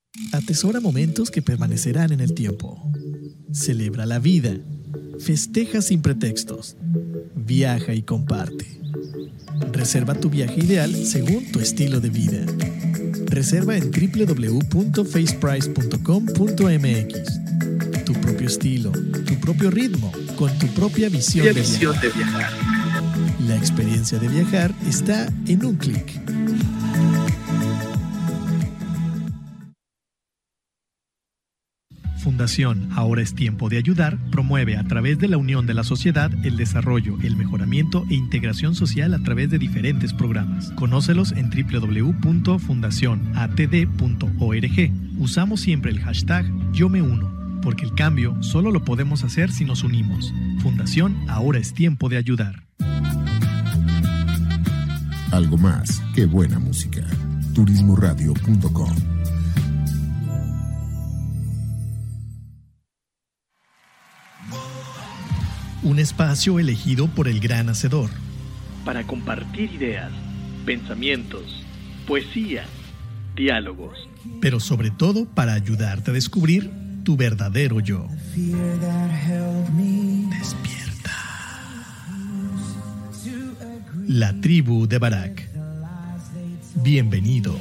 Atesora momentos que permanecerán en el tiempo. Celebra la vida. Festeja sin pretextos. Viaja y comparte. Reserva tu viaje ideal según tu estilo de vida. Reserva en www.faceprice.com.mx. Tu propio estilo, tu propio ritmo, con tu propia visión de viajar. La experiencia de viajar está en un clic. Fundación Ahora es Tiempo de Ayudar promueve a través de la unión de la sociedad el desarrollo, el mejoramiento e integración social a través de diferentes programas. Conócelos en www.fundacionatd.org. Usamos siempre el hashtag Yo Me Uno, porque el cambio solo lo podemos hacer si nos unimos. Fundación Ahora es Tiempo de Ayudar. Algo más que buena música. Turismoradio.com. Un espacio elegido por el gran hacedor. Para compartir ideas, pensamientos, poesía, diálogos. Pero sobre todo para ayudarte a descubrir tu verdadero yo. Despierta. La tribu de Barak. Bienvenido.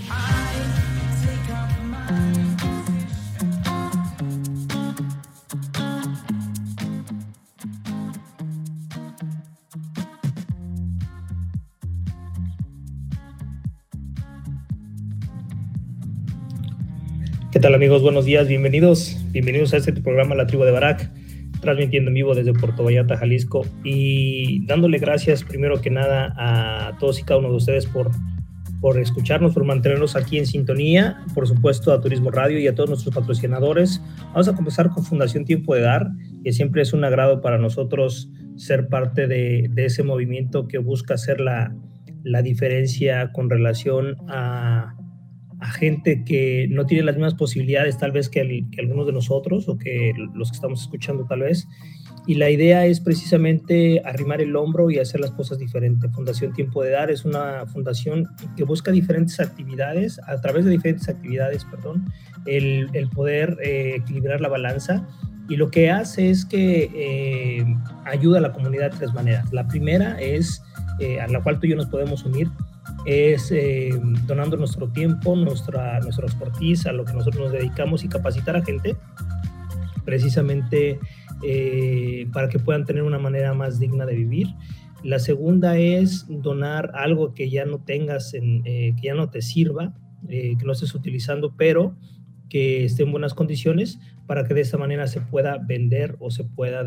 ¿Qué tal, amigos? Buenos días, bienvenidos a este programa La Tribu de Barak, transmitiendo en vivo desde Puerto Vallarta, Jalisco, y dándole gracias primero que nada a todos y cada uno de ustedes por escucharnos, por mantenernos aquí en sintonía, por supuesto a Turismo Radio y a todos nuestros patrocinadores. Vamos a comenzar con Fundación Tiempo de Dar, que siempre es un agrado para nosotros ser parte de ese movimiento que busca hacer la diferencia con relación a gente que no tiene las mismas posibilidades tal vez que algunos de nosotros o que los que estamos escuchando tal vez, y la idea es precisamente arrimar el hombro y hacer las cosas diferentes. Fundación Tiempo de Dar es una fundación que busca diferentes actividades, a través de diferentes actividades, el poder equilibrar la balanza, y lo que hace es que ayuda a la comunidad de tres maneras. La primera es, a la cual tú y yo nos podemos unir, es donando nuestro tiempo, nuestro expertise, a lo que nosotros nos dedicamos, y capacitar a gente precisamente para que puedan tener una manera más digna de vivir. La segunda es donar algo que ya no tengas, que ya no te sirva, que no estés utilizando, pero que esté en buenas condiciones, para que de esta manera se pueda vender o se pueda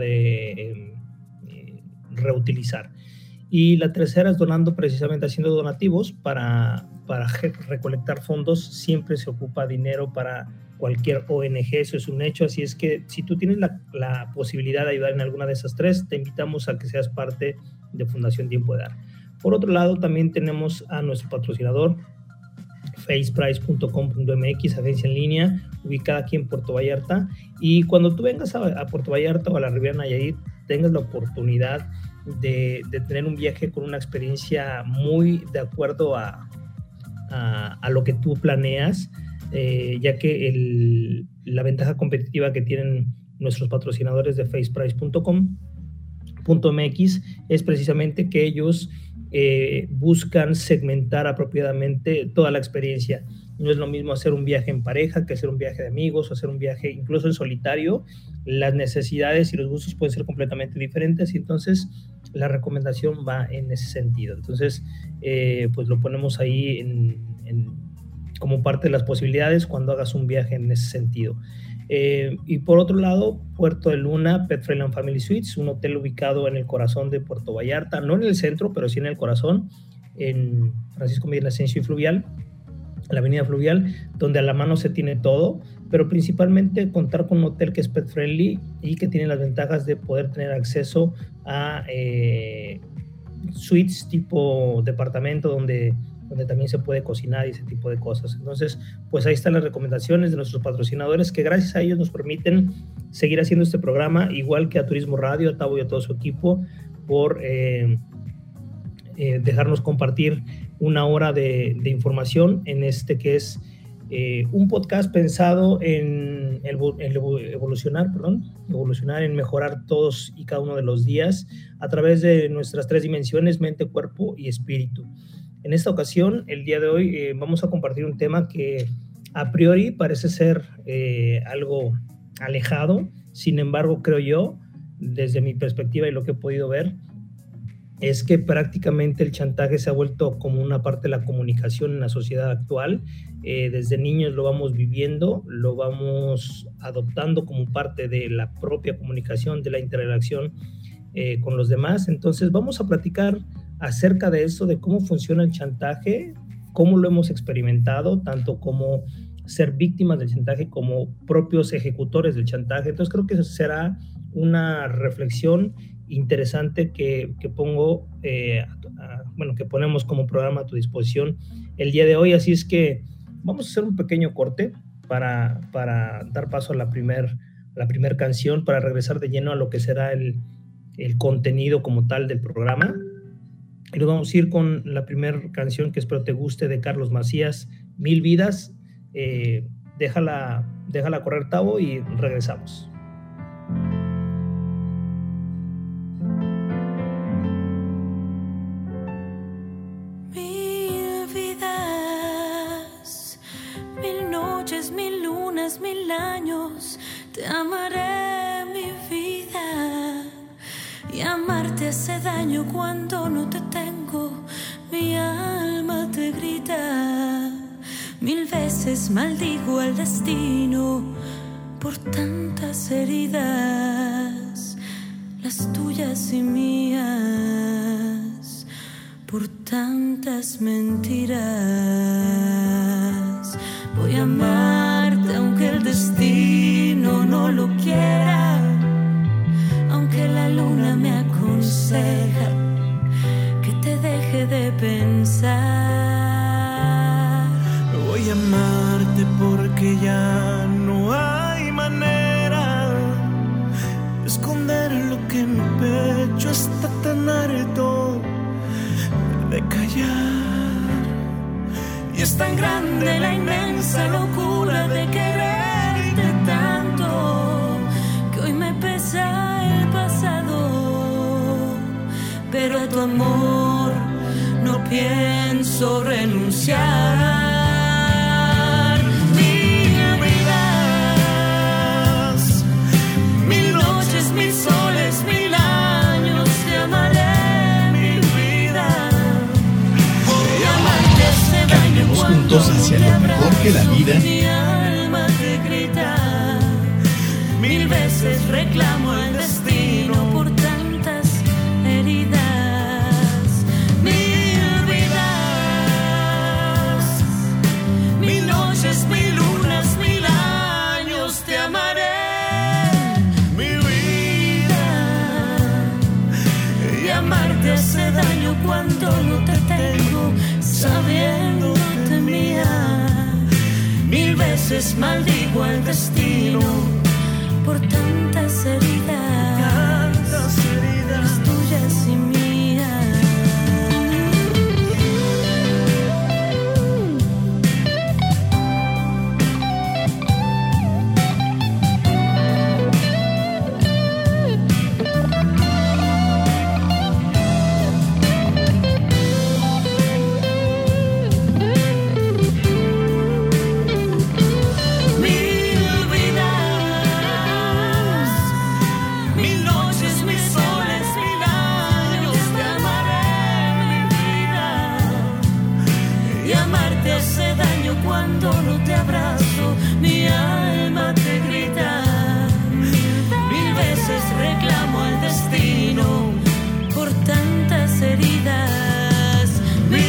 reutilizar. Y la tercera es donando, precisamente haciendo donativos para recolectar fondos. Siempre se ocupa dinero para cualquier ONG, eso es un hecho. Así es que si tú tienes la posibilidad de ayudar en alguna de esas tres, te invitamos a que seas parte de Fundación Tiempo de Dar. Por otro lado, también tenemos a nuestro patrocinador, faceprice.com.mx, agencia en línea ubicada aquí en Puerto Vallarta. Y cuando tú vengas a Puerto Vallarta o a la Riviera Nayarit, tengas la oportunidad de tener un viaje con una experiencia muy de acuerdo a lo que tú planeas, ya que la ventaja competitiva que tienen nuestros patrocinadores de faceprice.com.mx es precisamente que ellos buscan segmentar apropiadamente toda la experiencia. No es lo mismo hacer un viaje en pareja que hacer un viaje de amigos, o hacer un viaje incluso en solitario. Las necesidades y los gustos pueden ser completamente diferentes, y entonces la recomendación va en ese sentido. Entonces, pues lo ponemos ahí como parte de las posibilidades cuando hagas un viaje en ese sentido. Y por otro lado, Puerto de Luna Pet Friendly and Family Suites, un hotel ubicado en el corazón de Puerto Vallarta, no en el centro, pero sí en el corazón, en Francisco Medina Ascencio y Fluvial, la avenida Fluvial, donde a la mano se tiene todo, pero principalmente contar con un hotel que es pet friendly y que tiene las ventajas de poder tener acceso a suites tipo departamento donde también se puede cocinar y ese tipo de cosas. Entonces, pues ahí están las recomendaciones de nuestros patrocinadores, que gracias a ellos nos permiten seguir haciendo este programa, igual que a Turismo Radio, a Tavo y a todo su equipo, por dejarnos compartir una hora de información en este que es un podcast pensado en evolucionar, en mejorar todos y cada uno de los días a través de nuestras 3 dimensiones, mente, cuerpo y espíritu. En esta ocasión, el día de hoy, vamos a compartir un tema que a priori parece ser algo alejado. Sin embargo, creo yo, desde mi perspectiva y lo que he podido ver, es que prácticamente el chantaje se ha vuelto como una parte de la comunicación en la sociedad actual. Desde niños lo vamos viviendo, lo vamos adoptando como parte de la propia comunicación, de la interacción con los demás. Entonces vamos a platicar acerca de eso, de cómo funciona el chantaje, cómo lo hemos experimentado, tanto como ser víctimas del chantaje como propios ejecutores del chantaje. Entonces creo que será una reflexión interesante que ponemos como programa a tu disposición el día de hoy. Así es que vamos a hacer un pequeño corte para dar paso a la primer canción, para regresar de lleno a lo que será el contenido como tal del programa. Y nos vamos a ir con la primera canción que espero te guste, de Carlos Macías, 1000 vidas. Déjala correr, Tavo, y regresamos. Te amaré, mi vida, y amarte hace daño cuando no te tengo. Mi alma te grita, 1000 veces maldigo al destino por tantas heridas, las tuyas y mías, por tantas mentiras. Voy a amarte aunque el destino no lo quiera, aunque la luna me aconseja que te deje de pensar. Voy a amarte porque ya no hay manera de esconder lo que en mi pecho está tan harto de callar. Y es tan grande la inmensa locura de quererte tanto que hoy me pesa el pasado, pero a tu amor no pienso renunciar. 1000 vidas, 1000 noches, 1000 soles, 1000 años te amaré, mi vida. Voy a amarte hace daño juntos hacia lo mejor que la vida. Mi alma te grita, 1000 veces reclamo el destino por tantas heridas. 1000 vidas, 1000 noches, 1000 lunas, 1000 años te amaré, mi vida. Y amarte hace daño cuando no te tengo, sabiéndote mía. 1000 veces maldigo al destino por tantas heridas, las tuyas y mías. Cuando no te abrazo, mi alma te grita, 1000 veces reclamo al destino por tantas heridas. 1000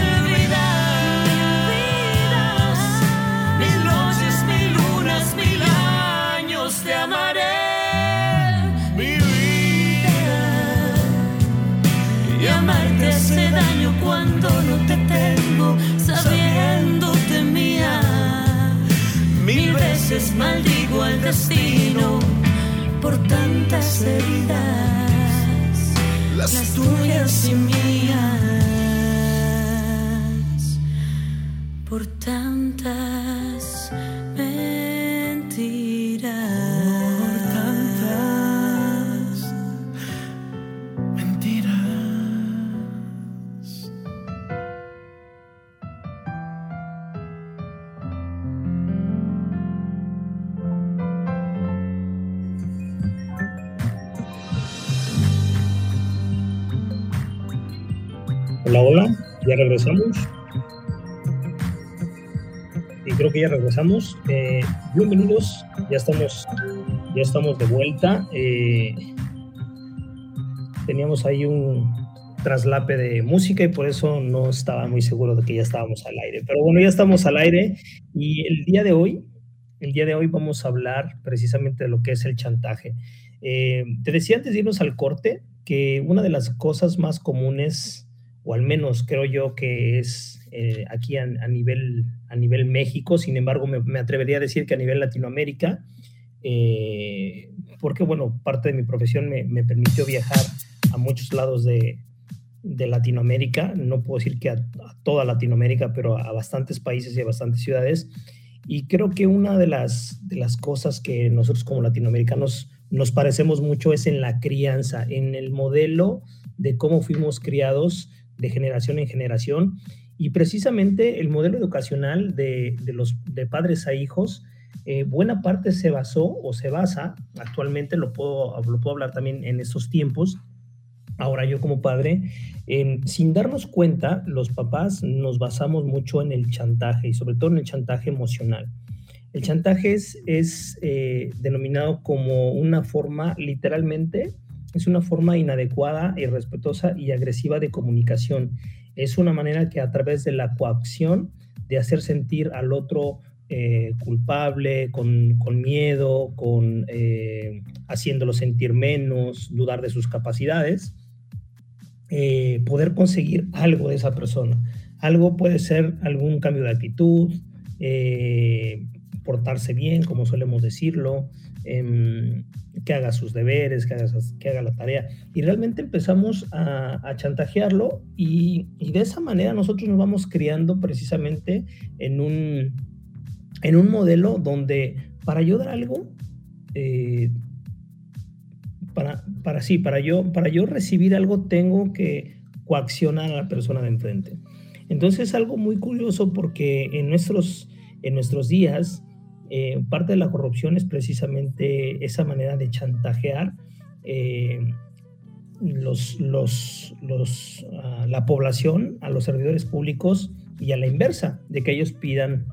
vidas, 1000 noches, 1000 lunas, 1000 años te amaré, mi vida. Y amarte hace daño cuando no te tengo, sabiéndote mía. 1000 veces maldigo al destino por tantas heridas, las tuyas y mías, por tantas mentiras. Hola, hola, ya regresamos. Y creo que ya regresamos. Bienvenidos, ya estamos de vuelta. Teníamos ahí un traslape de música y por eso no estaba muy seguro de que ya estábamos al aire. Pero bueno, ya estamos al aire y el día de hoy vamos a hablar precisamente de lo que es el chantaje. Te decía antes de irnos al corte que una de las cosas más comunes, o al menos creo yo que es aquí a nivel México, sin embargo me atrevería a decir que a nivel Latinoamérica, porque bueno, parte de mi profesión me permitió viajar a muchos lados de Latinoamérica, no puedo decir que a toda Latinoamérica, pero a bastantes países y a bastantes ciudades, y creo que una de las cosas que nosotros como latinoamericanos nos parecemos mucho es en la crianza, en el modelo de cómo fuimos criados de generación en generación, y precisamente el modelo educacional de padres a hijos, buena parte se basó o se basa, actualmente lo puedo hablar también en estos tiempos, ahora yo como padre, sin darnos cuenta, los papás nos basamos mucho en el chantaje y sobre todo en el chantaje emocional. El chantaje es denominado como una forma, literalmente, es una forma inadecuada, irrespetuosa y agresiva de comunicación. Es una manera que a través de la coacción, de hacer sentir al otro culpable, con miedo, haciéndolo sentir menos, dudar de sus capacidades, poder conseguir algo de esa persona. Algo puede ser algún cambio de actitud, portarse bien, como solemos decirlo, que haga sus deberes, que haga la tarea, y realmente empezamos a chantajearlo y de esa manera nosotros nos vamos criando precisamente en un modelo donde para yo dar algo, para yo recibir algo tengo que coaccionar a la persona de enfrente. Entonces es algo muy curioso porque en nuestros días parte de la corrupción es precisamente esa manera de chantajear la población, a los servidores públicos, y a la inversa, de que ellos pidan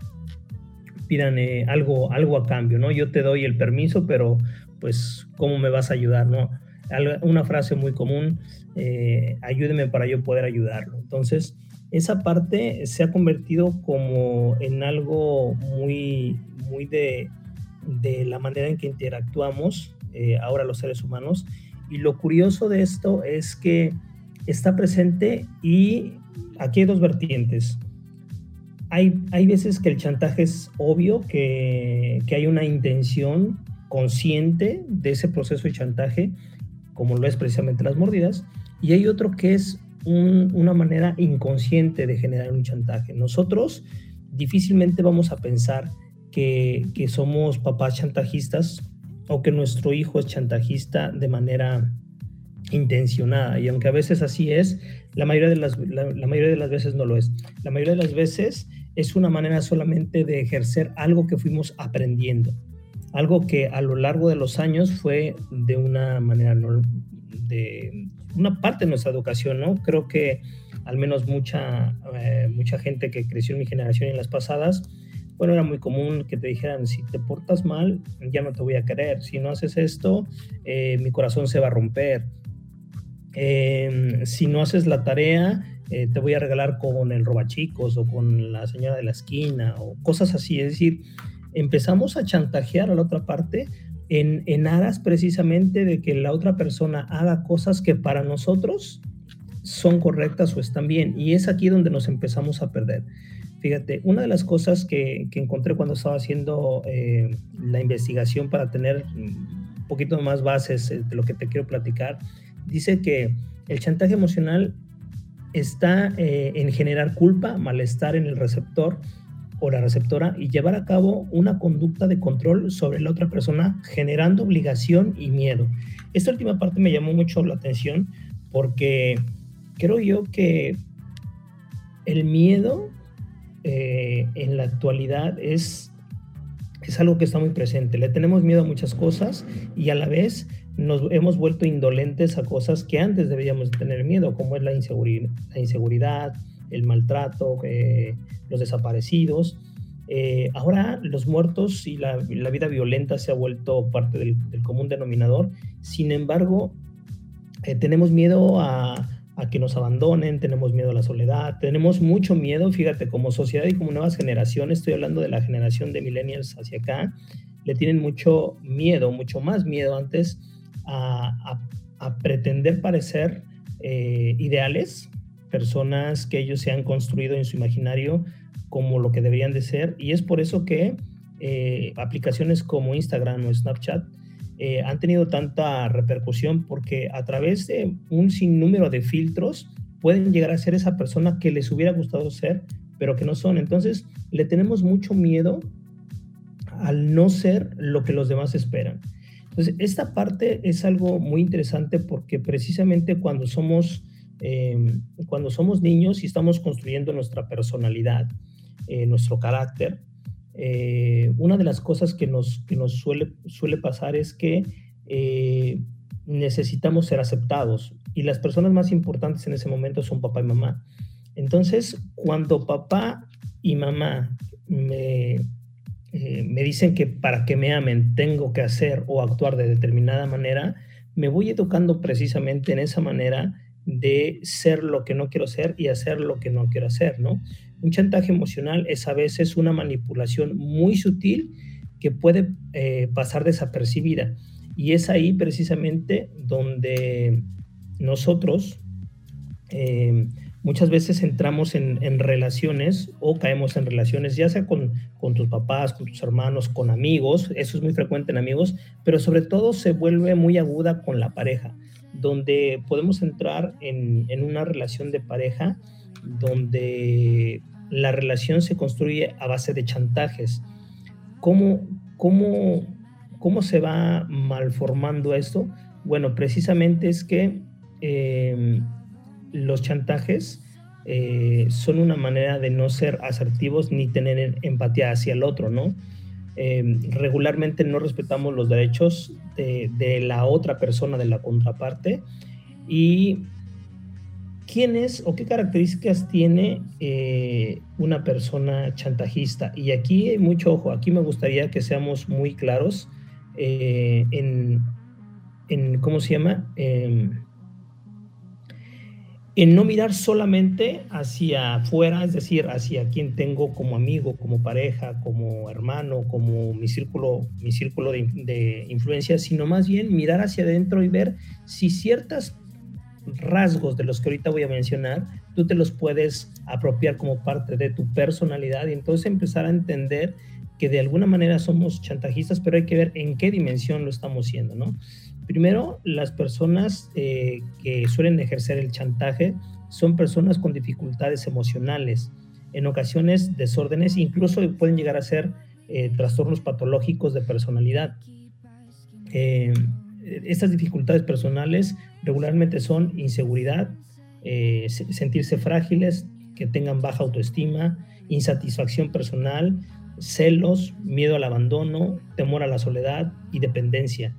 algo a cambio, ¿no? Yo te doy el permiso, pero pues ¿cómo me vas a ayudar, no? Una frase muy común, ayúdeme para yo poder ayudarlo. Entonces esa parte se ha convertido como en algo muy de la manera en que interactuamos ahora los seres humanos, y lo curioso de esto es que está presente, y aquí hay dos vertientes. Hay veces que el chantaje es obvio, que hay una intención consciente de ese proceso de chantaje, como lo es precisamente las mordidas, y hay otro que es una manera inconsciente de generar un chantaje. Nosotros difícilmente vamos a pensar que somos papás chantajistas o que nuestro hijo es chantajista de manera intencionada, y aunque a veces así es, la mayoría de las veces no lo es. La mayoría de las veces es una manera solamente de ejercer algo que fuimos aprendiendo, algo que a lo largo de los años fue de una manera, de una parte de nuestra educación, ¿no? Creo que al menos mucha gente que creció en mi generación y en las pasadas, bueno, era muy común que te dijeran: si te portas mal, ya no te voy a querer. Si no haces esto, mi corazón se va a romper. Si no haces la tarea, te voy a regalar con el robachicos o con la señora de la esquina o cosas así. Es decir, empezamos a chantajear a la otra parte en aras precisamente de que la otra persona haga cosas que para nosotros son correctas o están bien, y es aquí donde nos empezamos a perder. Fíjate, una de las cosas que encontré cuando estaba haciendo la investigación para tener un poquito más bases de lo que te quiero platicar, dice que el chantaje emocional está en generar culpa, malestar en el receptor, o la receptora y llevar a cabo una conducta de control sobre la otra persona, generando obligación y miedo. Esta última parte me llamó mucho la atención porque creo yo que el miedo en la actualidad es algo que está muy presente. Le tenemos miedo a muchas cosas y a la vez nos hemos vuelto indolentes a cosas que antes debíamos tener miedo, como es la inseguridad, el maltrato, los desaparecidos. Ahora los muertos y la vida violenta se ha vuelto parte del común denominador. Sin embargo, tenemos miedo a que nos abandonen, tenemos miedo a la soledad, tenemos mucho miedo, fíjate, como sociedad y como nuevas generaciones, estoy hablando de la generación de millennials hacia acá, le tienen mucho miedo, mucho más miedo antes a pretender parecer ideales, personas que ellos se han construido en su imaginario como lo que deberían de ser, y es por eso que aplicaciones como Instagram o Snapchat han tenido tanta repercusión, porque a través de un sinnúmero de filtros pueden llegar a ser esa persona que les hubiera gustado ser, pero que no son. Entonces le tenemos mucho miedo al no ser lo que los demás esperan. Entonces esta parte es algo muy interesante porque precisamente cuando somos niños y estamos construyendo nuestra personalidad, nuestro carácter, una de las cosas que nos suele pasar es que necesitamos ser aceptados y las personas más importantes en ese momento son papá y mamá. Entonces, cuando papá y mamá me dicen que para que me amen tengo que hacer o actuar de determinada manera, me voy educando precisamente en esa manera de ser lo que no quiero ser y hacer lo que no quiero hacer, ¿no? Un chantaje emocional es a veces una manipulación muy sutil que puede pasar desapercibida. Y es ahí precisamente donde nosotros muchas veces entramos en relaciones o caemos en relaciones, ya sea con tus papás, con tus hermanos, con amigos, eso es muy frecuente en amigos, pero sobre todo se vuelve muy aguda con la pareja, donde podemos entrar en una relación de pareja donde la relación se construye a base de chantajes. ¿Cómo se va malformando esto? Bueno, precisamente es que los chantajes son una manera de no ser asertivos ni tener empatía hacia el otro, ¿no? Regularmente no respetamos los derechos de la otra persona, de la contraparte. Y ¿quién es o qué características tiene una persona chantajista? Y aquí hay mucho ojo, aquí me gustaría que seamos muy claros en ¿cómo se llama? En no mirar solamente hacia afuera, es decir, hacia quien tengo como amigo, como pareja, como hermano, como mi círculo de influencia, sino más bien mirar hacia adentro y ver si ciertos rasgos de los que ahorita voy a mencionar, tú te los puedes apropiar como parte de tu personalidad y entonces empezar a entender que de alguna manera somos chantajistas, pero hay que ver en qué dimensión lo estamos siendo, ¿no? Primero, las personas que suelen ejercer el chantaje son personas con dificultades emocionales, en ocasiones desórdenes, incluso pueden llegar a ser trastornos patológicos de personalidad. Estas dificultades personales regularmente son inseguridad, sentirse frágiles, que tengan baja autoestima, insatisfacción personal, celos, miedo al abandono, temor a la soledad y dependencia.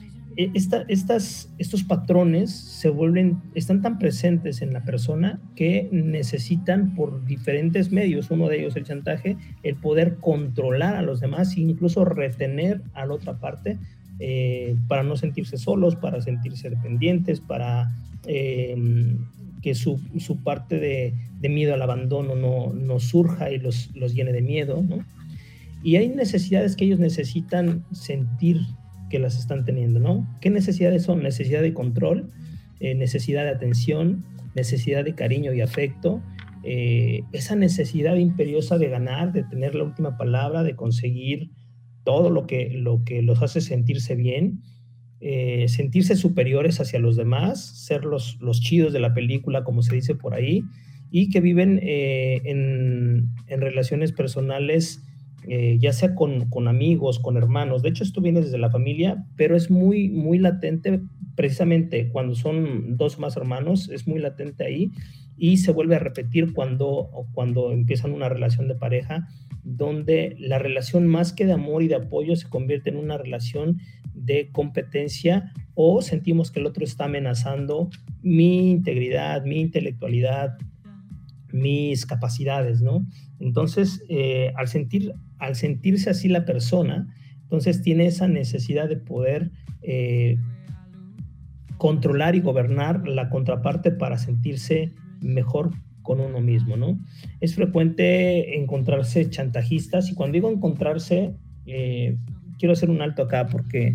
Estos patrones están tan presentes en la persona que necesitan por diferentes medios, uno de ellos el chantaje, el poder controlar a los demás e incluso retener a la otra parte para no sentirse solos, para sentirse dependientes, para que su parte de miedo al abandono no surja y los llene de miedo, ¿no? Y hay necesidades que ellos necesitan sentir que las están teniendo, ¿no? ¿Qué necesidades son? Necesidad de control, necesidad de atención, necesidad de cariño y afecto, esa necesidad imperiosa de ganar, de tener la última palabra, de conseguir todo lo que los hace sentirse bien, sentirse superiores hacia los demás, ser los chidos de la película, como se dice por ahí, y que viven en relaciones personales, ya sea con amigos, con hermanos. De hecho, esto viene desde la familia, pero es muy, muy latente precisamente cuando son dos o más hermanos, es muy latente ahí, y se vuelve a repetir cuando empiezan una relación de pareja, donde la relación más que de amor y de apoyo se convierte en una relación de competencia, o sentimos que el otro está amenazando mi integridad, mi intelectualidad, mis capacidades, ¿no? Entonces, al sentirse así la persona, entonces tiene esa necesidad de poder controlar y gobernar la contraparte para sentirse mejor con uno mismo, ¿no? Es frecuente encontrarse chantajistas, y cuando digo encontrarse, quiero hacer un alto acá porque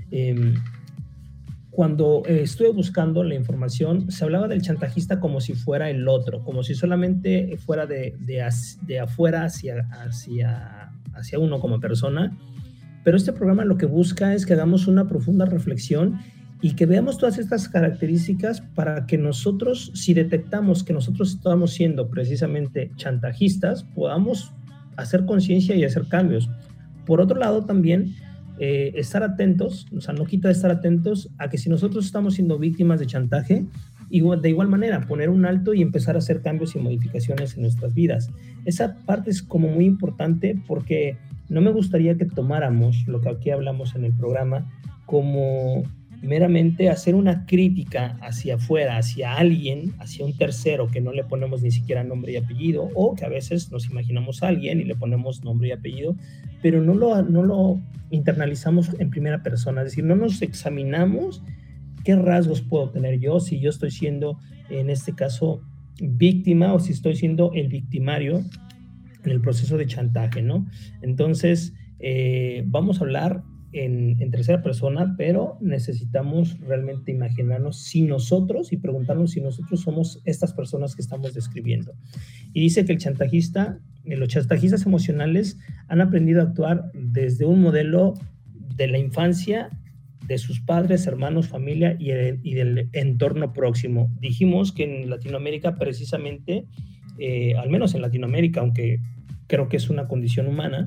cuando estuve buscando la información, se hablaba del chantajista como si fuera el otro, como si solamente fuera de afuera hacia uno como persona, pero este programa lo que busca es que hagamos una profunda reflexión y que veamos todas estas características para que nosotros, si detectamos que nosotros estamos siendo precisamente chantajistas, podamos hacer conciencia y hacer cambios. Por otro lado, también estar atentos, o sea, no quita de estar atentos a que si nosotros estamos siendo víctimas de chantaje, de igual manera, poner un alto y empezar a hacer cambios y modificaciones en nuestras vidas. Esa parte es como muy importante, porque no me gustaría que tomáramos lo que aquí hablamos en el programa como meramente hacer una crítica hacia afuera, hacia alguien, hacia un tercero que no le ponemos ni siquiera nombre y apellido, o que a veces nos imaginamos a alguien y le ponemos nombre y apellido, pero no lo internalizamos en primera persona, es decir, no nos examinamos qué rasgos puedo tener yo, si yo estoy siendo, en este caso, víctima, o si estoy siendo el victimario en el proceso de chantaje, ¿no? Entonces, vamos a hablar en tercera persona, pero necesitamos realmente imaginarnos si nosotros, y preguntarnos si nosotros somos estas personas que estamos describiendo. Y dice que los chantajistas emocionales han aprendido a actuar desde un modelo de la infancia, de sus padres, hermanos, familia y del entorno próximo. Dijimos que en Latinoamérica precisamente, al menos en Latinoamérica, aunque creo que es una condición humana,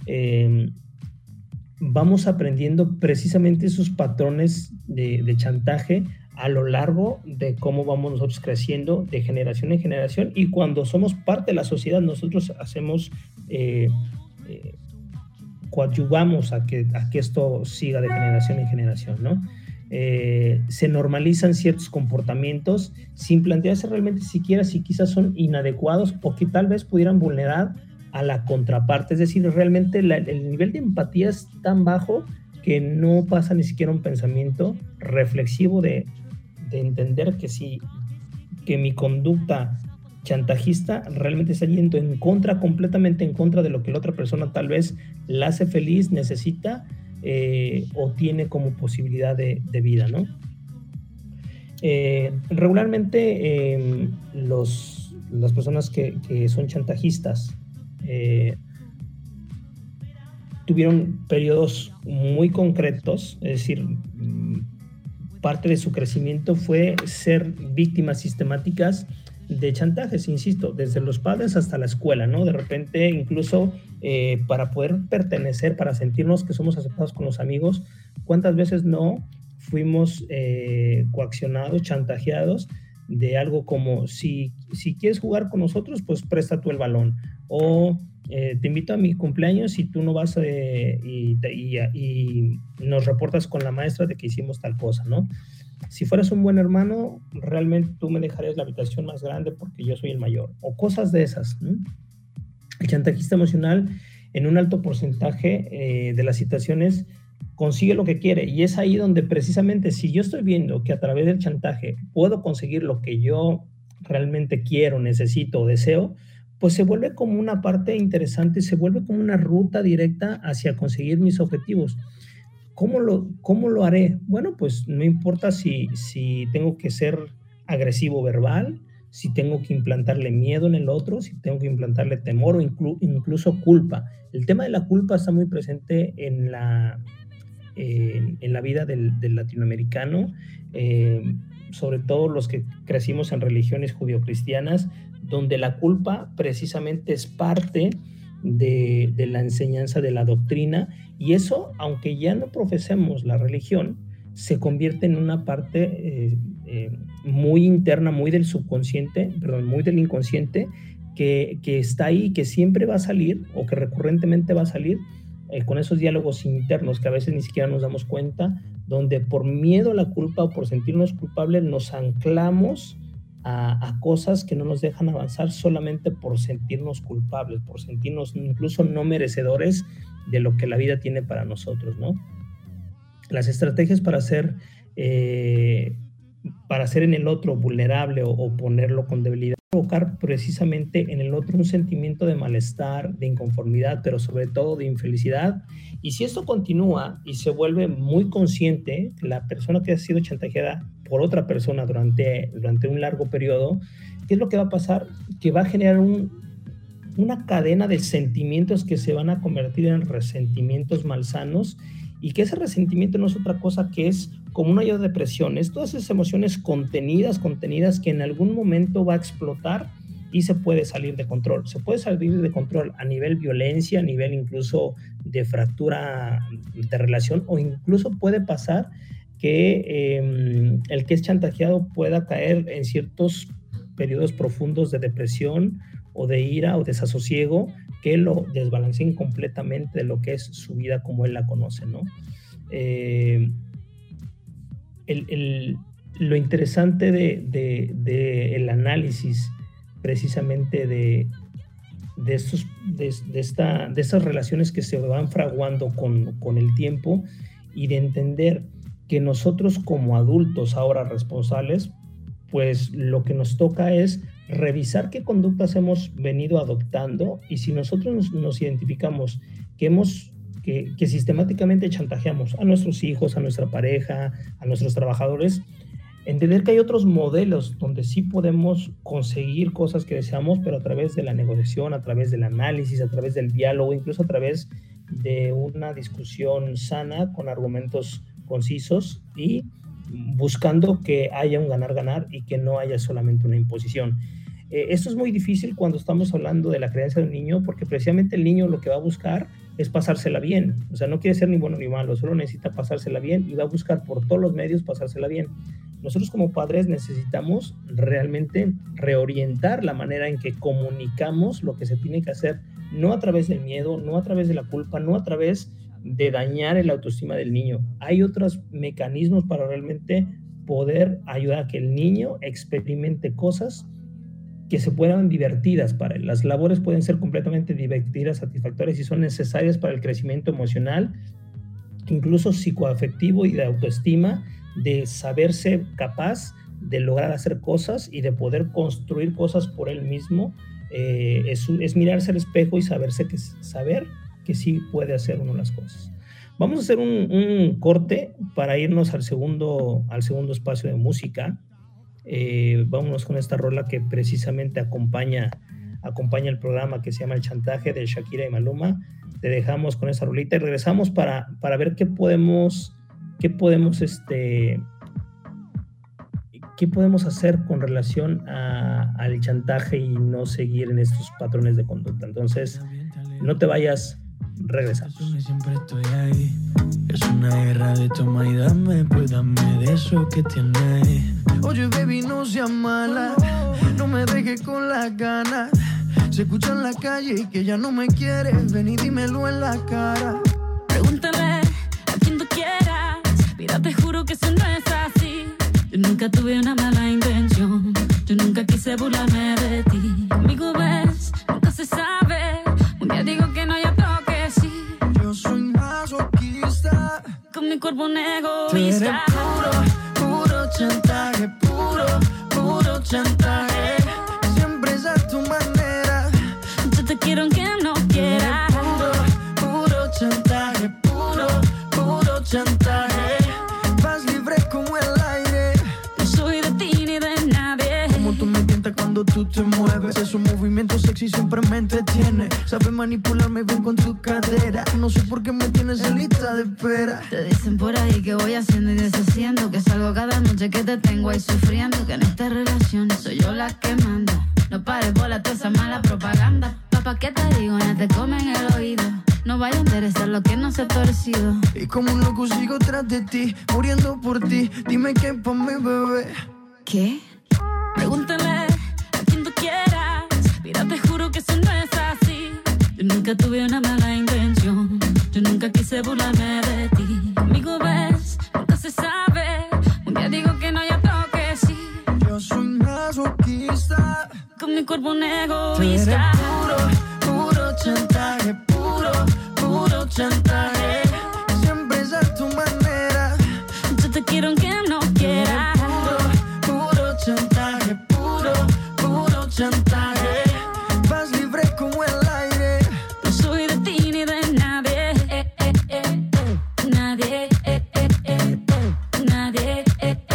vamos aprendiendo precisamente esos patrones de chantaje a lo largo de cómo vamos nosotros creciendo de generación en generación, y cuando somos parte de la sociedad nosotros hacemos, coadyuvamos a que esto siga de generación en generación, ¿no? Se normalizan ciertos comportamientos sin plantearse realmente siquiera si quizás son inadecuados o que tal vez pudieran vulnerar a la contraparte. Es decir, realmente el nivel de empatía es tan bajo que no pasa ni siquiera un pensamiento reflexivo de entender que mi conducta chantajista realmente está yendo completamente en contra de lo que la otra persona tal vez la hace feliz, necesita o tiene como posibilidad de vida, ¿no? Regularmente las personas que son chantajistas tuvieron periodos muy concretos, es decir, parte de su crecimiento fue ser víctimas sistemáticas de chantajes, insisto, desde los padres hasta la escuela, ¿no? De repente, incluso para poder pertenecer, para sentirnos que somos aceptados con los amigos, ¿cuántas veces no fuimos coaccionados, chantajeados de algo como si quieres jugar con nosotros, pues presta tú el balón, o te invito a mi cumpleaños y tú no vas y nos reportas con la maestra de que hicimos tal cosa, ¿no? Si fueras un buen hermano, realmente tú me dejarías la habitación más grande porque yo soy el mayor, o cosas de esas, ¿no? El chantajista emocional, en un alto porcentaje de las situaciones, consigue lo que quiere, y es ahí donde precisamente, si yo estoy viendo que a través del chantaje puedo conseguir lo que yo realmente quiero, necesito o deseo, pues se vuelve como una parte interesante, se vuelve como una ruta directa hacia conseguir mis objetivos. ¿Cómo lo haré? Bueno, pues no importa si tengo que ser agresivo verbal, si tengo que implantarle miedo en el otro, si tengo que implantarle temor o incluso culpa. El tema de la culpa está muy presente en la vida del latinoamericano, sobre todo los que crecimos en religiones judio-cristianas, donde la culpa precisamente es parte de la enseñanza de la doctrina, y eso, aunque ya no profesemos la religión, se convierte en una parte muy interna, muy del subconsciente, perdón, muy del inconsciente, que está ahí, que siempre va a salir, o que recurrentemente va a salir, con esos diálogos internos que a veces ni siquiera nos damos cuenta, donde por miedo a la culpa o por sentirnos culpables nos anclamos a cosas que no nos dejan avanzar solamente por sentirnos culpables, por sentirnos incluso no merecedores de lo que la vida tiene para nosotros, ¿no? Las estrategias para ser en el otro vulnerable o ponerlo con debilidad, provocar precisamente en el otro un sentimiento de malestar, de inconformidad, pero sobre todo de infelicidad. Y si esto continúa y se vuelve muy consciente, la persona que ha sido chantajeada por otra persona durante un largo periodo, ¿qué es lo que va a pasar? Que va a generar una cadena de sentimientos que se van a convertir en resentimientos malsanos, y que ese resentimiento no es otra cosa que es como una olla de presiones, todas esas emociones contenidas que en algún momento va a explotar y se puede salir de control. Se puede salir de control a nivel violencia, a nivel incluso de fractura de relación, o incluso puede pasar que el que es chantajeado pueda caer en ciertos periodos profundos de depresión o de ira o desasosiego que lo desbalanceen completamente de lo que es su vida como él la conoce, ¿no? Lo interesante de el análisis precisamente de estas relaciones que se van fraguando con el tiempo, y de entender que nosotros como adultos ahora responsables, pues lo que nos toca es revisar qué conductas hemos venido adoptando, y si nosotros nos identificamos que sistemáticamente chantajeamos a nuestros hijos, a nuestra pareja, a nuestros trabajadores, entender que hay otros modelos donde sí podemos conseguir cosas que deseamos, pero a través de la negociación, a través del análisis, a través del diálogo, incluso a través de una discusión sana con argumentos concisos, y buscando que haya un ganar-ganar y que no haya solamente una imposición. Esto es muy difícil cuando estamos hablando de la crianza de un niño, porque precisamente el niño lo que va a buscar es pasársela bien. O sea, no quiere ser ni bueno ni malo, solo necesita pasársela bien, y va a buscar por todos los medios pasársela bien. Nosotros como padres necesitamos realmente reorientar la manera en que comunicamos lo que se tiene que hacer, no a través del miedo, no a través de la culpa, no a través de dañar el autoestima del niño. Hay otros mecanismos para realmente poder ayudar a que el niño experimente cosas que se puedan divertidas para él. Las labores pueden ser completamente divertidas, satisfactorias, y son necesarias para el crecimiento emocional, incluso psicoafectivo y de autoestima, de saberse capaz de lograr hacer cosas y de poder construir cosas por él mismo. Es mirarse al espejo y saber que sí puede hacer uno las cosas. Vamos a hacer un corte para irnos al segundo espacio de música. Vámonos con esta rola que precisamente acompaña el programa, que se llama El Chantaje, de Shakira y Maluma. Te dejamos con esa rolita y regresamos para ver qué podemos hacer con relación al chantaje y no seguir en estos patrones de conducta. Entonces, no te vayas, regresamos. Siempre estoy ahí. Es una guerra de toma y dame, pues dame de eso que tienes. Oye, baby, no seas mala, no me dejes con las ganas. Se escucha en la calle y que ya no me quieres, ven y dímelo en la cara. Pregúntale a quien tú quieras, mira, te juro que eso no es así. Yo nunca tuve una mala intención, yo nunca quise burlarme de ti. Conmigo ves, nunca se sabe, un día digo que no, y otro que sí. Yo soy masoquista, con mi cuerpo un egoísta. tú eres puro chantaje, puro chantaje. Siempre es a tu manera. Yo te quiero aunque no quieras. Puro chantaje, puro chantaje. Vas libre como el aire. No soy de ti ni de nadie. Como tú me tientas cuando tú te mueves. Esos movimientos sexy siempre me entretiene. Sabes manipularme bien con tu cadera. No sé por qué me tienes en lista de espera. Te dicen por ahí que voy haciendo y deshaciendo, que salgo cada noche que te tengo ahí sufriendo, que en esta relación soy yo la que manda. No pares bola toda esa mala propaganda. Papá, ¿qué te digo? No te comen el oído. No vaya a interesar lo que no se ha torcido. Y como un loco sigo tras de ti, muriendo por ti. Dime qué pa' mi bebé. ¿Qué? Pregúntale a quien tú quieras. Mira, te juro que eso no es así. Yo nunca tuve una mala intención. Yo nunca quise burlarme de ti. Conmigo ves, nunca se sabe. Un día digo que no, ya toque sí. Yo soy masoquista. Con mi cuerpo un Tú eres egoísta. puro chantaje. Puro chantaje. Siempre es a tu manera. Yo te quiero aunque no quieras. Puro chantaje. Puro chantaje. Vas libre como el aire. No soy de ti ni de nadie. Nadie. Nadie.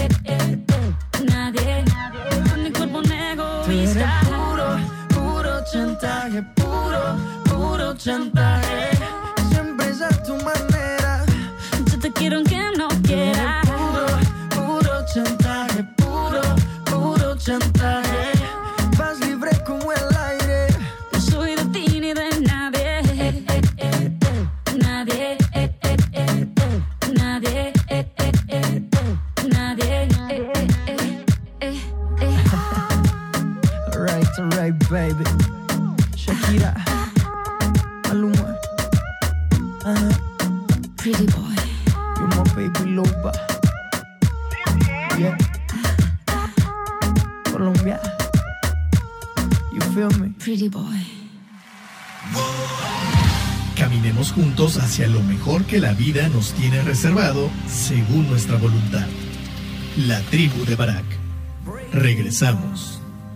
Nadie. Con mi cuerpo un Tú eres egoísta. puro chantaje. Puro chantaje. Siempre es a tu manera. Yo te quiero aunque no quieras. Puro chantaje. Puro chantaje. Vas libre como el aire. No soy de ti ni de nadie. Nadie. Nadie. Nadie. Alright, baby. Shakira. Maluma. Pretty boy. You're my baby loba. Yeah. Colombia. You feel me? Pretty boy. Caminemos juntos hacia lo mejor que la vida nos tiene reservado según nuestra voluntad. La tribu de Barak. Regresamos.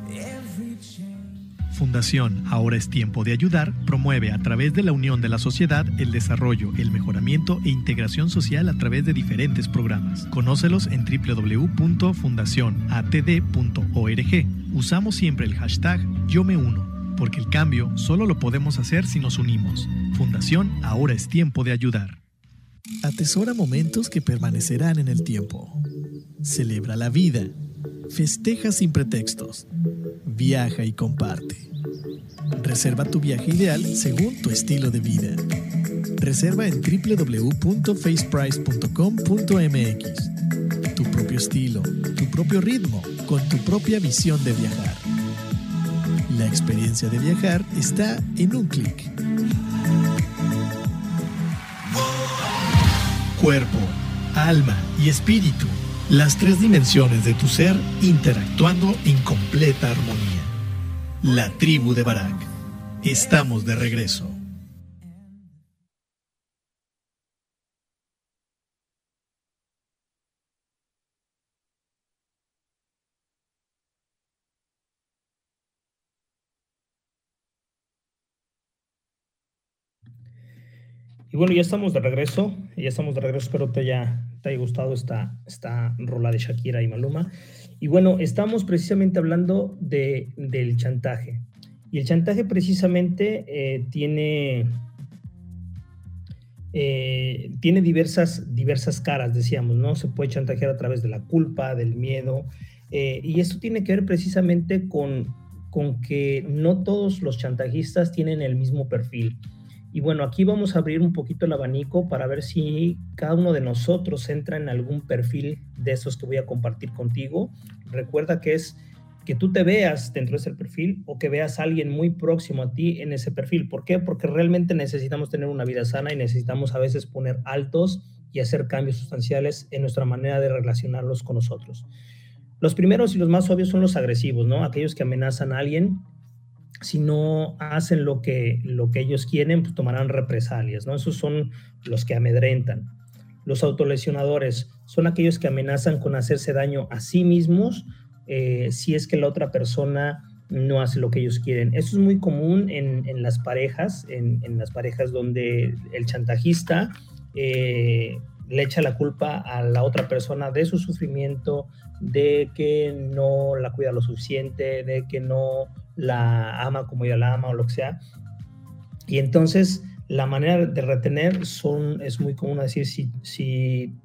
Fundación Ahora es Tiempo de Ayudar promueve a través de la unión de la sociedad el desarrollo, el mejoramiento e integración social a través de diferentes programas. Conócelos en www.fundacionatd.org. Usamos siempre el hashtag Yo Me Uno, porque el cambio solo lo podemos hacer si nos unimos. Fundación Ahora es Tiempo de Ayudar. Atesora momentos que permanecerán en el tiempo. Celebra la vida. Festeja sin pretextos. Viaja y comparte. Reserva tu viaje ideal según tu estilo de vida. Reserva en www.faceprice.com.mx. Tu propio estilo, tu propio ritmo, con tu propia visión de viajar. La experiencia de viajar está en un clic. Cuerpo, alma y espíritu. Las tres dimensiones de tu ser interactuando en completa armonía. La tribu de Barak. Estamos de regreso. Y bueno, ya estamos de regreso. Espero te haya gustado esta rola de Shakira y Maluma. Y bueno, estamos precisamente hablando del chantaje. Y el chantaje precisamente tiene diversas caras, decíamos, ¿no? Se puede chantajear a través de la culpa, del miedo. Y esto tiene que ver precisamente con que no todos los chantajistas tienen el mismo perfil. Y bueno, aquí vamos a abrir un poquito el abanico para ver si cada uno de nosotros entra en algún perfil de esos que voy a compartir contigo. Recuerda que es que tú te veas dentro de ese perfil o que veas a alguien muy próximo a ti en ese perfil. ¿Por qué? Porque realmente necesitamos tener una vida sana y necesitamos a veces poner altos y hacer cambios sustanciales en nuestra manera de relacionarnos con nosotros. Los primeros y los más obvios son los agresivos, ¿no? Aquellos que amenazan a alguien. Si no hacen lo que ellos quieren, pues tomarán represalias, ¿no? Esos son los que amedrentan. Los autolesionadores son aquellos que amenazan con hacerse daño a sí mismos si es que la otra persona no hace lo que ellos quieren. Eso es muy común en las parejas, en las parejas donde el chantajista le echa la culpa a la otra persona de su sufrimiento, de que no la cuida lo suficiente, de que no la ama como ella la ama o lo que sea. Y entonces la manera de retener es muy común decir, si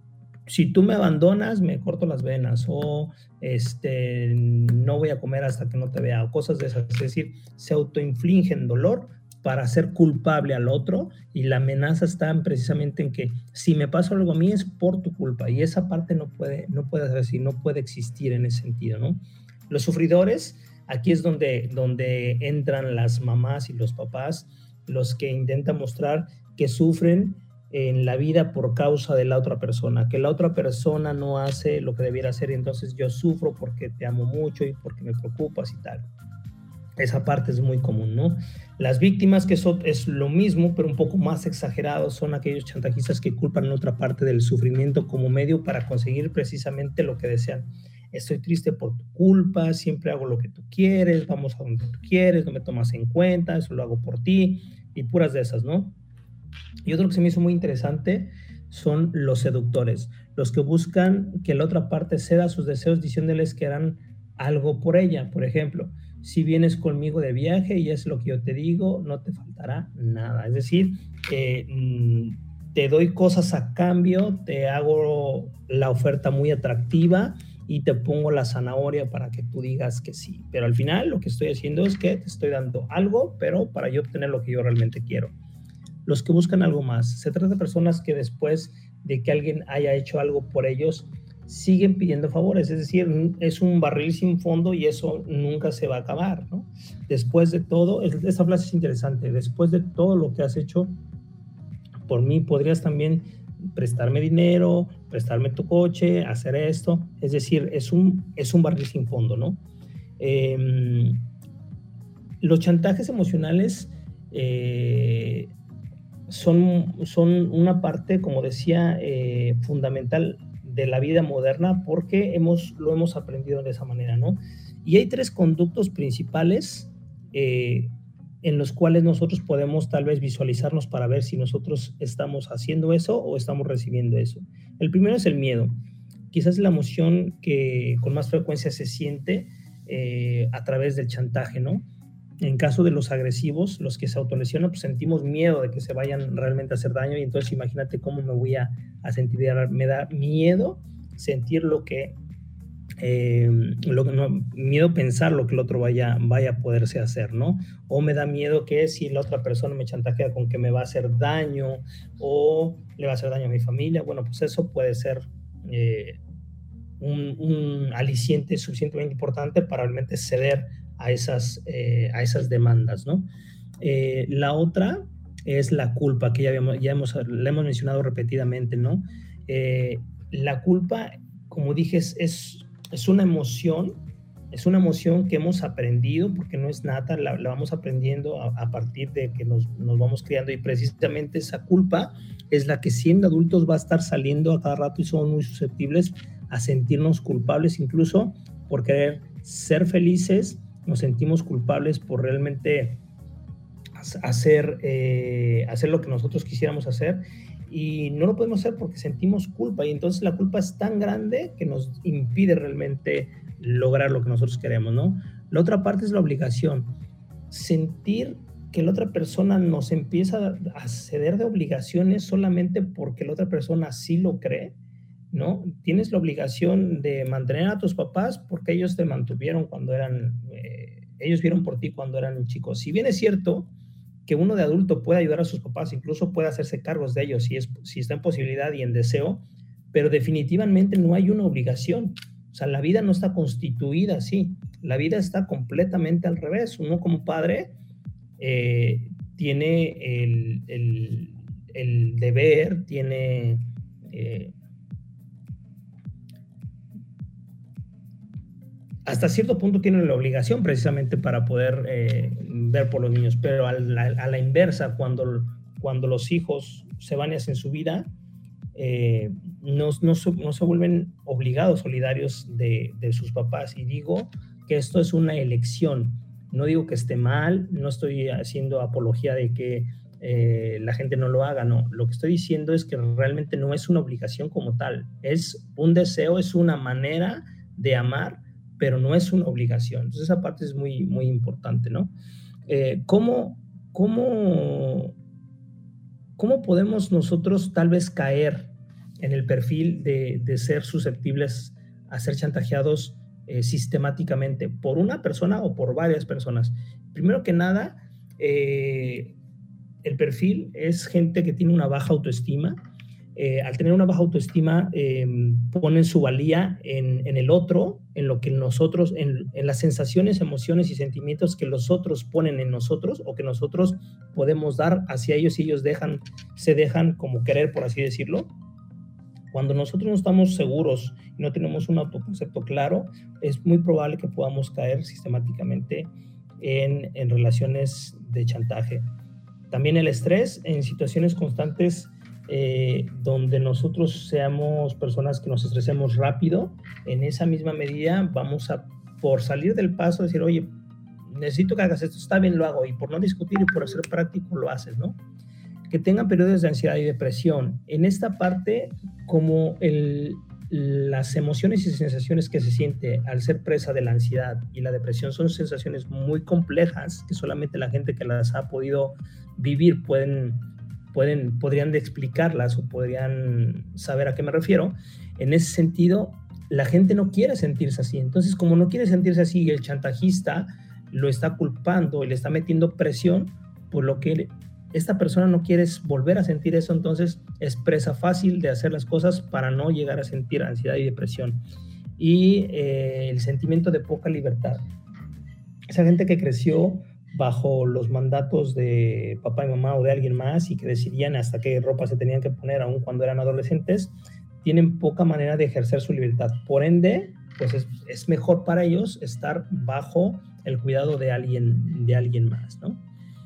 si tú me abandonas, me corto las venas, o no voy a comer hasta que no te vea, o cosas de esas. Es decir, se autoinfligen dolor para hacer culpable al otro, y la amenaza está precisamente en que si me pasa algo a mí es por tu culpa, y esa parte no puede ser así, no puede existir en ese sentido, ¿no? Los sufridores, aquí es donde entran las mamás y los papás, los que intentan mostrar que sufren en la vida por causa de la otra persona, que la otra persona no hace lo que debiera hacer, y entonces yo sufro porque te amo mucho y porque me preocupas y tal. Esa parte es muy común, ¿no? Las víctimas, que eso es lo mismo, pero un poco más exagerado, son aquellos chantajistas que culpan en otra parte del sufrimiento como medio para conseguir precisamente lo que desean. Estoy triste por tu culpa, siempre hago lo que tú quieres, vamos a donde tú quieres, no me tomas en cuenta, eso lo hago por ti, y puras de esas, ¿no? Y otro que se me hizo muy interesante son los seductores, los que buscan que la otra parte ceda a sus deseos diciéndoles que harán algo por ella. Por ejemplo, si vienes conmigo de viaje y es lo que yo te digo, no te faltará nada. Es decir, te doy cosas a cambio, te hago la oferta muy atractiva y te pongo la zanahoria para que tú digas que sí. Pero al final lo que estoy haciendo es que te estoy dando algo, pero para yo obtener lo que yo realmente quiero. Los que buscan algo más. Se trata de personas que después de que alguien haya hecho algo por ellos, siguen pidiendo favores. Es decir, es un barril sin fondo y eso nunca se va a acabar, ¿no? Después de todo, esta frase es interesante, después de todo lo que has hecho por mí, podrías también prestarme dinero, prestarme tu coche, hacer esto. Es decir, es un barril sin fondo, ¿no? Los chantajes emocionales son una parte, como decía, fundamental de la vida moderna, porque lo hemos aprendido de esa manera, ¿no? Y hay 3 conductos principales en los cuales nosotros podemos tal vez visualizarnos para ver si nosotros estamos haciendo eso o estamos recibiendo eso. El primero es el miedo. Quizás es la emoción que con más frecuencia se siente a través del chantaje, ¿no? En caso de los agresivos, los que se autolesionan, pues sentimos miedo de que se vayan realmente a hacer daño, y entonces imagínate cómo me voy a sentir. Me da miedo sentir miedo pensar lo que el otro vaya a poderse hacer, ¿no? O me da miedo que si la otra persona me chantajea con que me va a hacer daño o le va a hacer daño a mi familia, bueno, pues eso puede ser un aliciente suficientemente importante para realmente ceder a esas demandas, ¿no? La otra es la culpa, que la hemos mencionado repetidamente, ¿no? La culpa, como dije, es una emoción que hemos aprendido, porque no es nata, la vamos aprendiendo a partir de que nos vamos criando, y precisamente esa culpa es la que siendo adultos va a estar saliendo a cada rato, y somos muy susceptibles a sentirnos culpables, incluso por querer ser felices. Nos sentimos culpables por realmente hacer lo que nosotros quisiéramos hacer, y no lo podemos hacer porque sentimos culpa, y entonces la culpa es tan grande que nos impide realmente lograr lo que nosotros queremos, ¿no? La otra parte es la obligación. Sentir que la otra persona nos empieza a ceder de obligaciones solamente porque la otra persona sí lo cree, ¿no? Tienes la obligación de mantener a tus papás porque ellos te mantuvieron cuando ellos vieron por ti cuando eran chicos. Si bien es cierto que uno de adulto puede ayudar a sus papás, incluso puede hacerse cargos de ellos si está en posibilidad y en deseo, pero definitivamente no hay una obligación. O sea, la vida no está constituida así. La vida está completamente al revés. Uno como padre tiene el deber, tiene hasta cierto punto tienen la obligación precisamente para poder ver por los niños, pero a la inversa, cuando los hijos se van y hacen su vida, no se vuelven obligados, solidarios de sus papás. Y digo que esto es una elección. No digo que esté mal, no estoy haciendo apología de que la gente no lo haga, no. Lo que estoy diciendo es que realmente no es una obligación como tal, es un deseo, es una manera de amar, pero no es una obligación. Entonces esa parte es muy, muy importante, ¿no? ¿Cómo podemos nosotros tal vez caer el perfil de ser susceptibles a ser chantajeados sistemáticamente por una persona o por varias personas. Primero que nada, el perfil es gente que tiene una baja autoestima. Al tener una baja autoestima, ponen su valía en el otro, en lo que nosotros, en las sensaciones, emociones y sentimientos que los otros ponen en nosotros o que nosotros podemos dar hacia ellos, y ellos se dejan como querer, por así decirlo. Cuando nosotros no estamos seguros y no tenemos un autoconcepto claro, es muy probable que podamos caer sistemáticamente en relaciones de chantaje. También el estrés en situaciones constantes donde nosotros seamos personas que nos estresemos rápido. En esa misma medida vamos a, por salir del paso, decir, oye, necesito que hagas esto, está bien, lo hago, y por no discutir y por ser práctico lo haces, ¿no? Que tengan periodos de ansiedad y depresión. En esta parte, como las emociones y sensaciones que se siente al ser presa de la ansiedad y la depresión son sensaciones muy complejas que solamente la gente que las ha podido vivir podrían explicarlas o podrían saber a qué me refiero. En ese sentido, la gente no quiere sentirse así. Entonces, como no quiere sentirse así, el chantajista lo está culpando y le está metiendo presión por lo que esta persona no quiere volver a sentir eso. Entonces es presa fácil de hacer las cosas para no llegar a sentir ansiedad y depresión. Y el sentimiento de poca libertad. Esa gente que creció bajo los mandatos de papá y mamá o de alguien más y que decidían hasta qué ropa se tenían que poner aún cuando eran adolescentes, tienen poca manera de ejercer su libertad. Por ende, pues es mejor para ellos estar bajo el cuidado de alguien más, ¿no?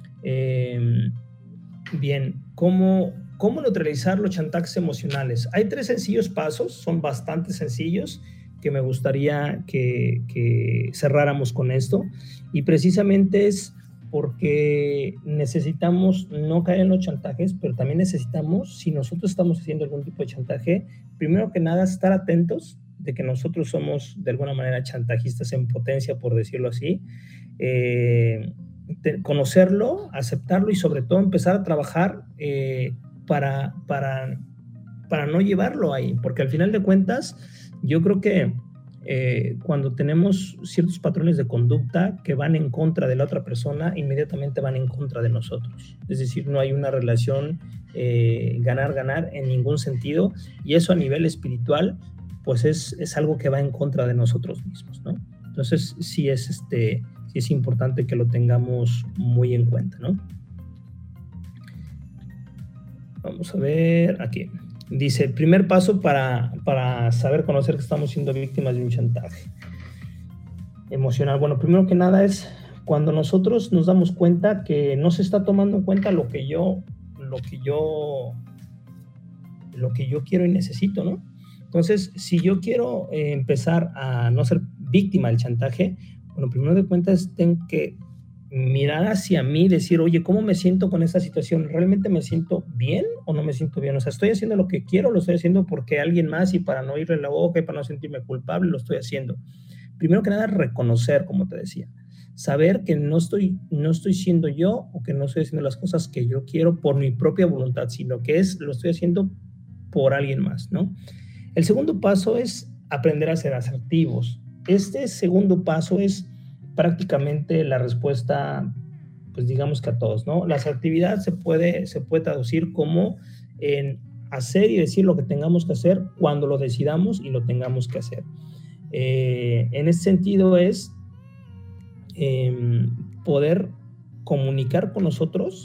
Bien, ¿cómo neutralizar los chantajes emocionales? Hay 3 sencillos pasos, son bastante sencillos, que me gustaría que cerráramos con esto, y precisamente es porque necesitamos no caer en los chantajes, pero también necesitamos, si nosotros estamos haciendo algún tipo de chantaje, primero que nada estar atentos de que nosotros somos de alguna manera chantajistas en potencia, por decirlo así, conocerlo, aceptarlo y sobre todo empezar a trabajar para no llevarlo ahí, porque al final de cuentas yo creo que cuando tenemos ciertos patrones de conducta que van en contra de la otra persona, inmediatamente van en contra de nosotros. Es decir, no hay una relación ganar-ganar en ningún sentido, y eso a nivel espiritual pues es algo que va en contra de nosotros mismos, ¿no? Entonces sí es importante que lo tengamos muy en cuenta, ¿no? Vamos a ver aquí. Dice, el primer paso para saber conocer que estamos siendo víctimas de un chantaje emocional. Bueno, primero que nada es cuando nosotros nos damos cuenta que no se está tomando en cuenta lo que yo quiero y necesito, ¿no? Entonces, si yo quiero empezar a no ser víctima del chantaje, bueno, primero de cuentas tengo que mirar hacia mí, decir, oye, ¿cómo me siento con esta situación? ¿Realmente me siento bien o no me siento bien? O sea, ¿estoy haciendo lo que quiero? ¿Lo estoy haciendo porque alguien más y para no irle la boca y para no sentirme culpable lo estoy haciendo? Primero que nada, reconocer, como te decía. Saber que no estoy siendo yo o que no estoy haciendo las cosas que yo quiero por mi propia voluntad, sino que lo estoy haciendo por alguien más, ¿no? El segundo paso es aprender a ser asertivos. Este segundo paso es prácticamente la respuesta, pues digamos que a todos, ¿no? La asertividad se puede traducir como en hacer y decir lo que tengamos que hacer cuando lo decidamos y lo tengamos que hacer. En ese sentido es poder comunicar con nosotros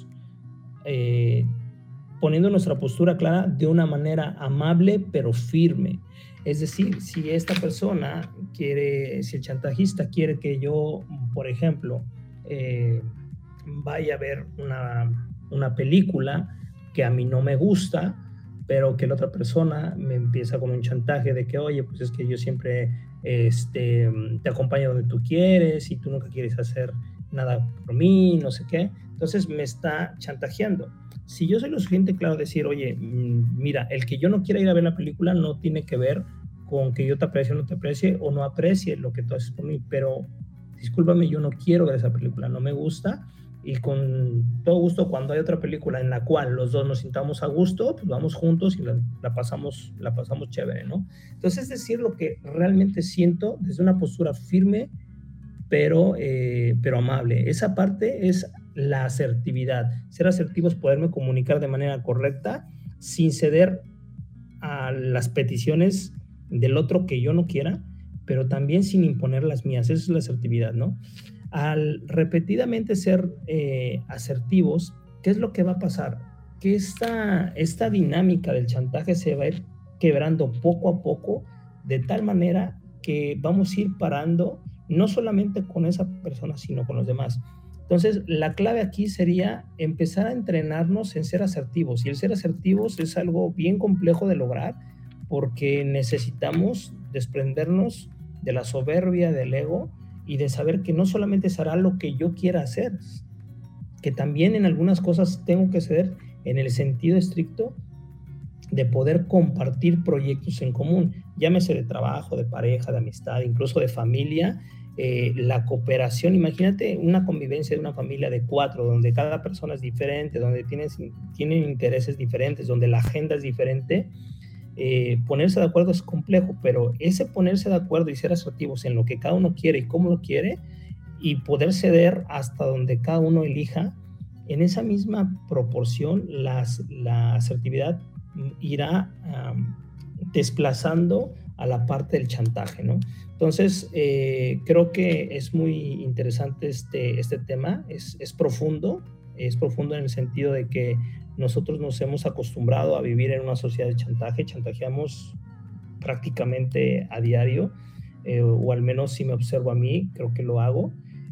poniendo nuestra postura clara de una manera amable pero firme. Es decir, si esta persona si el chantajista quiere que yo, por ejemplo, vaya a ver una película que a mí no me gusta, pero que la otra persona me empieza con un chantaje de que, oye, pues es que yo siempre te acompaño donde tú quieres y tú nunca quieres hacer nada por mí, no sé qué. Entonces me está chantajeando. Si yo soy lo suficiente claro decir, oye, mira, el que yo no quiera ir a ver la película no tiene que ver con que yo te aprecie o no te aprecie o no aprecie lo que tú haces por mí, pero discúlpame, yo no quiero ver esa película, no me gusta y con todo gusto, cuando hay otra película en la cual los dos nos sintamos a gusto, pues vamos juntos y la pasamos chévere, ¿no? Entonces, es decir, lo que realmente siento desde una postura firme, pero amable. Esa parte es la asertividad. Ser asertivo es poderme comunicar de manera correcta, sin ceder a las peticiones del otro que yo no quiera, pero también sin imponer las mías. Esa es la asertividad, ¿no? Al repetidamente ser asertivos, ¿qué es lo que va a pasar? Que esta dinámica del chantaje se va a ir quebrando poco a poco, de tal manera que vamos a ir parando, no solamente con esa persona, sino con los demás. Entonces, la clave aquí sería empezar a entrenarnos en ser asertivos. Y el ser asertivos es algo bien complejo de lograr, porque necesitamos desprendernos de la soberbia, del ego, y de saber que no solamente se hará lo que yo quiera hacer, que también en algunas cosas tengo que ceder en el sentido estricto de poder compartir proyectos en común, llámese de trabajo, de pareja, de amistad, incluso de familia. La cooperación, imagínate una convivencia de una familia de 4, donde cada persona es diferente, donde tienen intereses diferentes, donde la agenda es diferente. Ponerse de acuerdo es complejo, pero ese ponerse de acuerdo y ser asertivos en lo que cada uno quiere y cómo lo quiere, y poder ceder hasta donde cada uno elija, en esa misma proporción la asertividad irá desplazando a la parte del chantaje, ¿no? Entonces, creo que es muy interesante este tema, es profundo en el sentido de que nosotros nos hemos acostumbrado a vivir en una sociedad de chantaje, chantajeamos prácticamente a diario, o al menos si me observo a mí, creo que lo hago,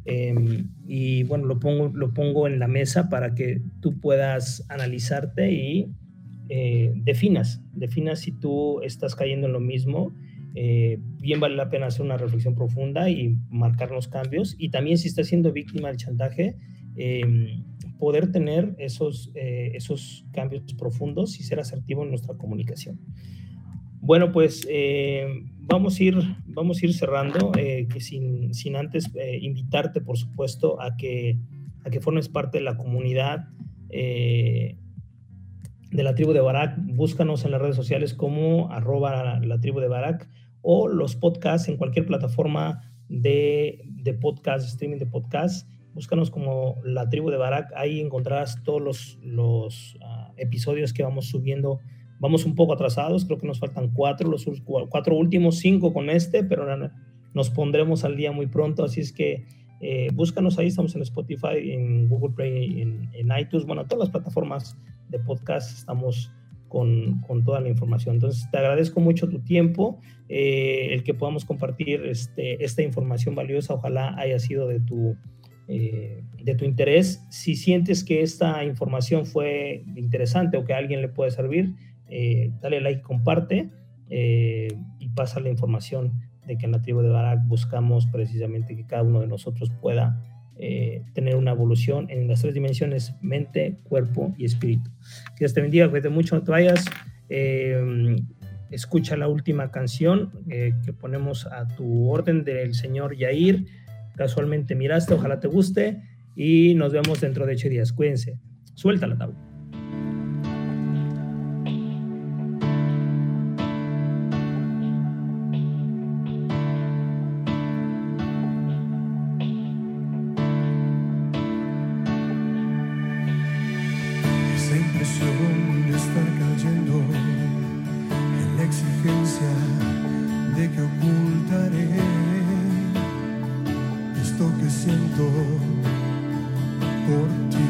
y bueno, lo pongo en la mesa para que tú puedas analizarte y definas si tú estás cayendo en lo mismo. Bien vale la pena hacer una reflexión profunda y marcar los cambios, y también si estás siendo víctima del chantaje, poder tener esos cambios profundos y ser asertivo en nuestra comunicación. Bueno, pues vamos a ir cerrando, que sin antes invitarte, por supuesto, a que formes parte de la comunidad de la tribu de Barak. Búscanos en las redes sociales como @la tribu de Barak, o los podcasts en cualquier plataforma de podcast, streaming de podcast. Búscanos como La Tribu de Barak, ahí encontrarás todos los episodios que vamos subiendo. Vamos un poco atrasados, creo que nos faltan 4, los 4 últimos, 5 con pero nos pondremos al día muy pronto, así es que búscanos ahí, estamos en Spotify, en Google Play, en iTunes, bueno, todas las plataformas de podcast estamos con toda la información. Entonces, te agradezco mucho tu tiempo, el que podamos compartir esta información valiosa. Ojalá haya sido de tu interés. Si sientes que esta información fue interesante o que a alguien le puede servir, dale like, comparte, y pasa la información de que en la tribu de Barak buscamos precisamente que cada uno de nosotros pueda tener una evolución en las 3 dimensiones: mente, cuerpo y espíritu. Que Dios te bendiga, cuídate mucho, no te vayas. Escucha la última canción que ponemos a tu orden, del señor Yair. Casualmente miraste, ojalá te guste, y nos vemos dentro de 8 días. Cuídense. Suéltala, Tau. Esa impresión de estar cayendo en la exigencia de que ocultaré esto que siento por ti.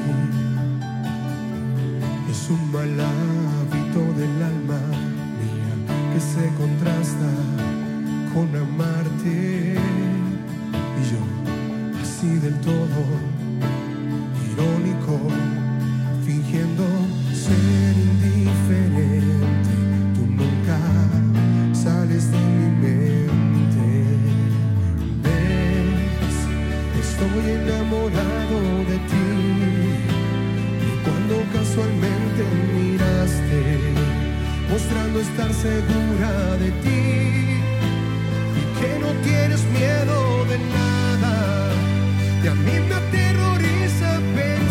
Es un mal hábito del alma mía que se contrasta con amarte, y yo así del todo irónico, fingiendo ser indiferente. Tú nunca sales de mi mente. Ves, estoy enamorado de ti, y cuando casualmente miraste, mostrando estar segura de ti, y que no tienes miedo de nada, y a mí me aterroriza pensar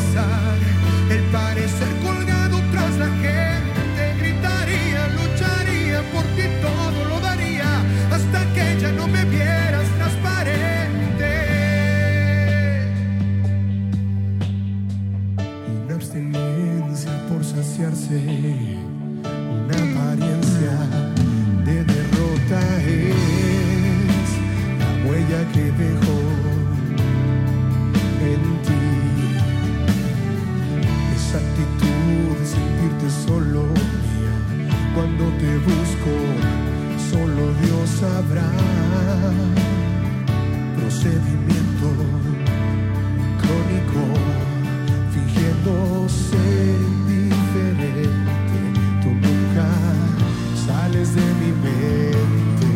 sabrá procedimiento crónico, fingiendo ser diferente. Tú nunca sales de mi mente.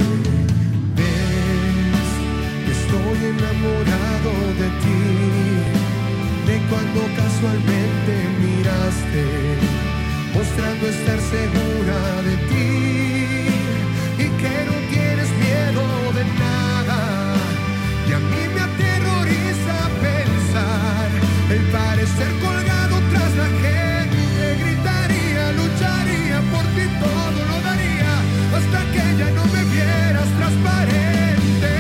Ves que estoy enamorado de ti, de cuando casualmente miraste, mostrando estar segura de ti y que no tienes miedo de nada. Y a mí me aterroriza pensar el parecer colgado tras la gente. Gritaría, lucharía por ti, todo lo daría hasta que ya no me vieras transparente.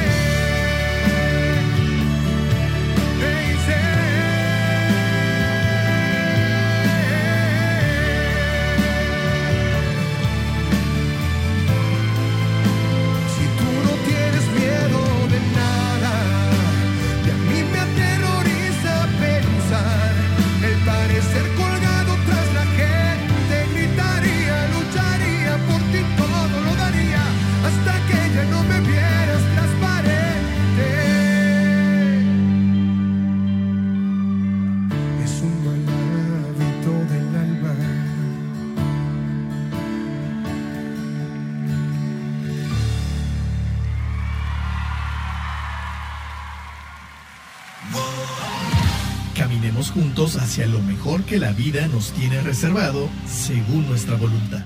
Ser colgado tras la gente, gritaría, lucharía por ti, todo lo daría hasta que ya no me vieras transparente. Es un mal hábito del alma. Caminemos juntos hacia lo mejor que la vida nos tiene reservado según nuestra voluntad.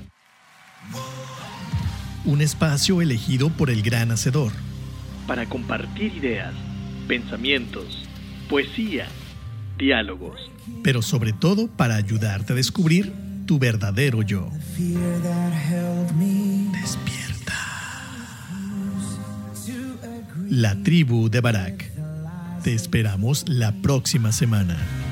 Un espacio elegido por el gran hacedor. Para compartir ideas, pensamientos, poesía, diálogos. Pero sobre todo para ayudarte a descubrir tu verdadero yo. Despierta. La tribu de Barak. Te esperamos la próxima semana.